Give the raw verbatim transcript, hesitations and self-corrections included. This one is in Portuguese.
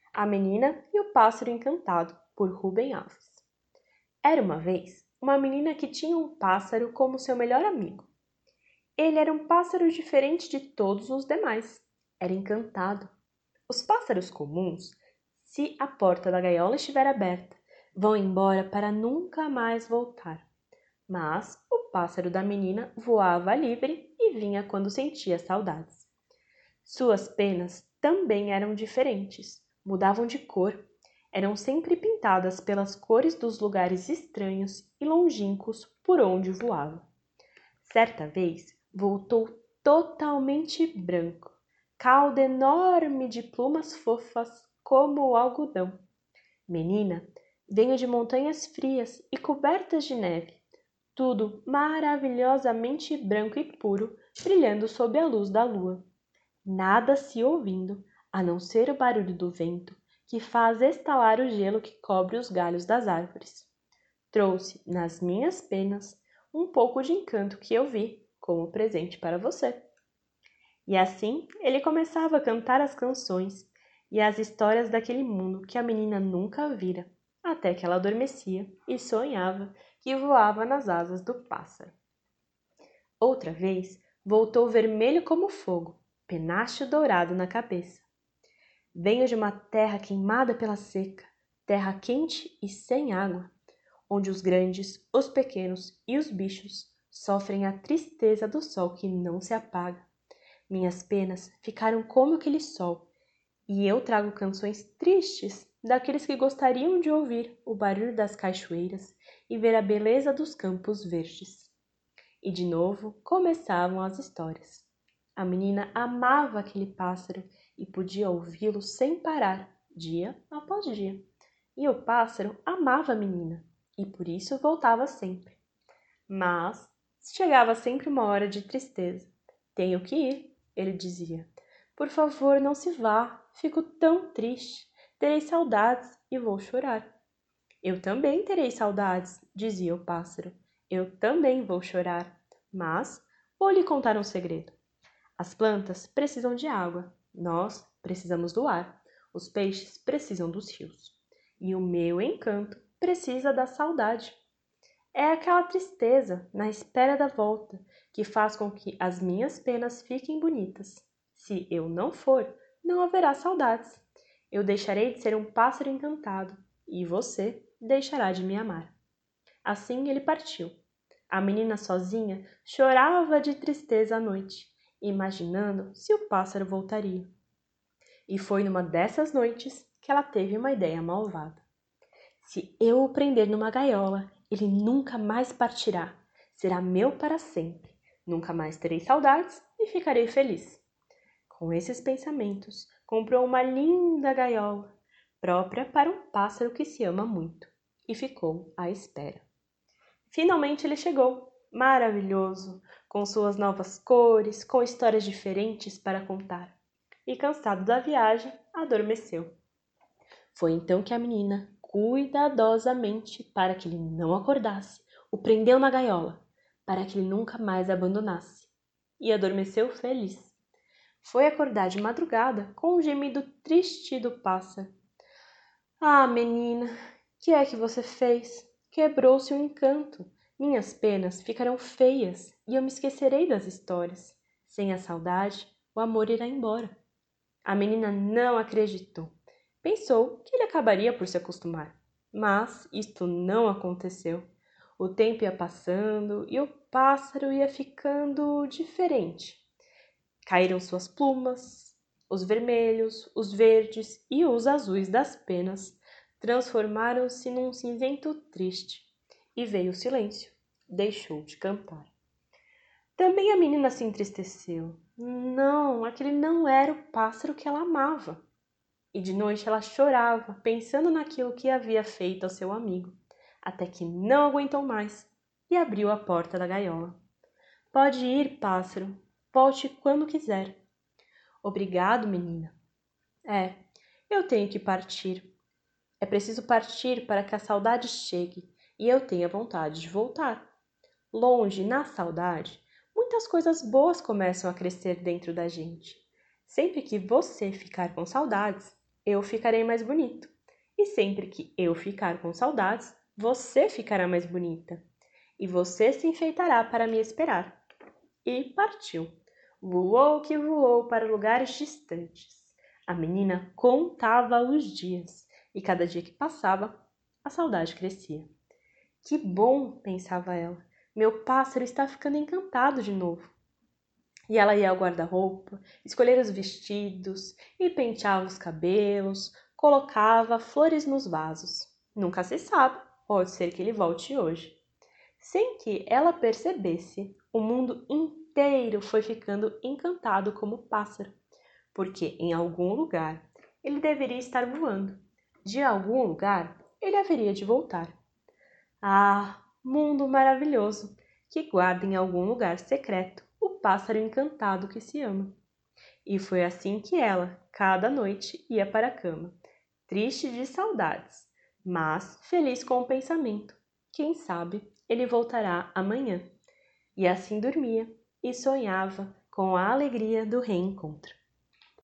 A Menina e o Pássaro Encantado, por Rubem Alves. Era uma vez uma menina que tinha um pássaro como seu melhor amigo. Ele era um pássaro diferente de todos os demais. Era encantado. Os pássaros comuns, se a porta da gaiola estiver aberta, vão embora para nunca mais voltar. Mas o pássaro da menina voava livre e vinha quando sentia saudades. Suas penas também eram diferentes, mudavam de cor, eram sempre pintadas pelas cores dos lugares estranhos e longínquos por onde voava. Certa vez, voltou totalmente branco, cauda enorme de plumas fofas como o algodão. Menina, venho de montanhas frias e cobertas de neve, tudo maravilhosamente branco e puro, brilhando sob a luz da lua. Nada se ouvindo, a não ser o barulho do vento, que faz estalar o gelo que cobre os galhos das árvores. Trouxe, nas minhas penas, um pouco de encanto que eu vi, como presente para você. E assim ele começava a cantar as canções e as histórias daquele mundo que a menina nunca vira, até que ela adormecia e sonhava que voava nas asas do pássaro. Outra vez, voltou vermelho como fogo, penacho dourado na cabeça. Venho de uma terra queimada pela seca, terra quente e sem água, onde os grandes, os pequenos e os bichos sofrem a tristeza do sol que não se apaga. Minhas penas ficaram como aquele sol, e eu trago canções tristes daqueles que gostariam de ouvir o barulho das cachoeiras e ver a beleza dos campos verdes. E de novo começavam as histórias. A menina amava aquele pássaro e podia ouvi-lo sem parar, dia após dia. E o pássaro amava a menina e por isso voltava sempre. Mas chegava sempre uma hora de tristeza. Tenho que ir, ele dizia. Por favor, não se vá, fico tão triste. Terei saudades e vou chorar. Eu também terei saudades, dizia o pássaro. Eu também vou chorar, mas vou lhe contar um segredo. As plantas precisam de água, nós precisamos do ar, os peixes precisam dos rios. E o meu encanto precisa da saudade. É aquela tristeza na espera da volta que faz com que as minhas penas fiquem bonitas. Se eu não for, não haverá saudades. Eu deixarei de ser um pássaro encantado e você deixará de me amar. Assim ele partiu. A menina sozinha chorava de tristeza à noite, imaginando se o pássaro voltaria. E foi numa dessas noites que ela teve uma ideia malvada. Se eu o prender numa gaiola, ele nunca mais partirá. Será meu para sempre. Nunca mais terei saudades e ficarei feliz. Com esses pensamentos, comprou uma linda gaiola, própria para um pássaro que se ama muito, e ficou à espera. Finalmente ele chegou, maravilhoso, com suas novas cores, com histórias diferentes para contar. E cansado da viagem, adormeceu. Foi então que a menina, cuidadosamente, para que ele não acordasse, o prendeu na gaiola, para que ele nunca mais a abandonasse. E adormeceu feliz. Foi acordar de madrugada com um gemido triste do pássaro. Ah, menina, que é que você fez? Quebrou-se o encanto. Minhas penas ficarão feias e eu me esquecerei das histórias. Sem a saudade, o amor irá embora. A menina não acreditou. Pensou que ele acabaria por se acostumar. Mas isto não aconteceu. O tempo ia passando e o pássaro ia ficando diferente. Caíram suas plumas, os vermelhos, os verdes e os azuis das penas transformaram-se num cinzento triste. E veio o silêncio. Deixou de cantar. Também a menina se entristeceu. Não, aquele não era o pássaro que ela amava. E de noite ela chorava, pensando naquilo que havia feito ao seu amigo, até que não aguentou mais e abriu a porta da gaiola. Pode ir, pássaro, volte quando quiser. Obrigado, menina. É, eu tenho que partir. É preciso partir para que a saudade chegue e eu tenha vontade de voltar. Longe, na saudade, muitas coisas boas começam a crescer dentro da gente. Sempre que você ficar com saudades, eu ficarei mais bonito. E sempre que eu ficar com saudades, você ficará mais bonita. E você se enfeitará para me esperar. E partiu. Voou que voou para lugares distantes. A menina contava os dias, e cada dia que passava, a saudade crescia. Que bom, pensava ela, meu pássaro está ficando encantado de novo. E ela ia ao guarda-roupa, escolher os vestidos, e penteava os cabelos, colocava flores nos vasos. Nunca se sabe, pode ser que ele volte hoje. Sem que ela percebesse, o mundo inteiro foi ficando encantado como pássaro, porque em algum lugar ele deveria estar voando. De algum lugar ele haveria de voltar. Ah, mundo maravilhoso, que guarda em algum lugar secreto o pássaro encantado que se ama. E foi assim que ela, cada noite, ia para a cama, triste de saudades, mas feliz com o pensamento. Quem sabe ele voltará amanhã. E assim dormia e sonhava com a alegria do reencontro.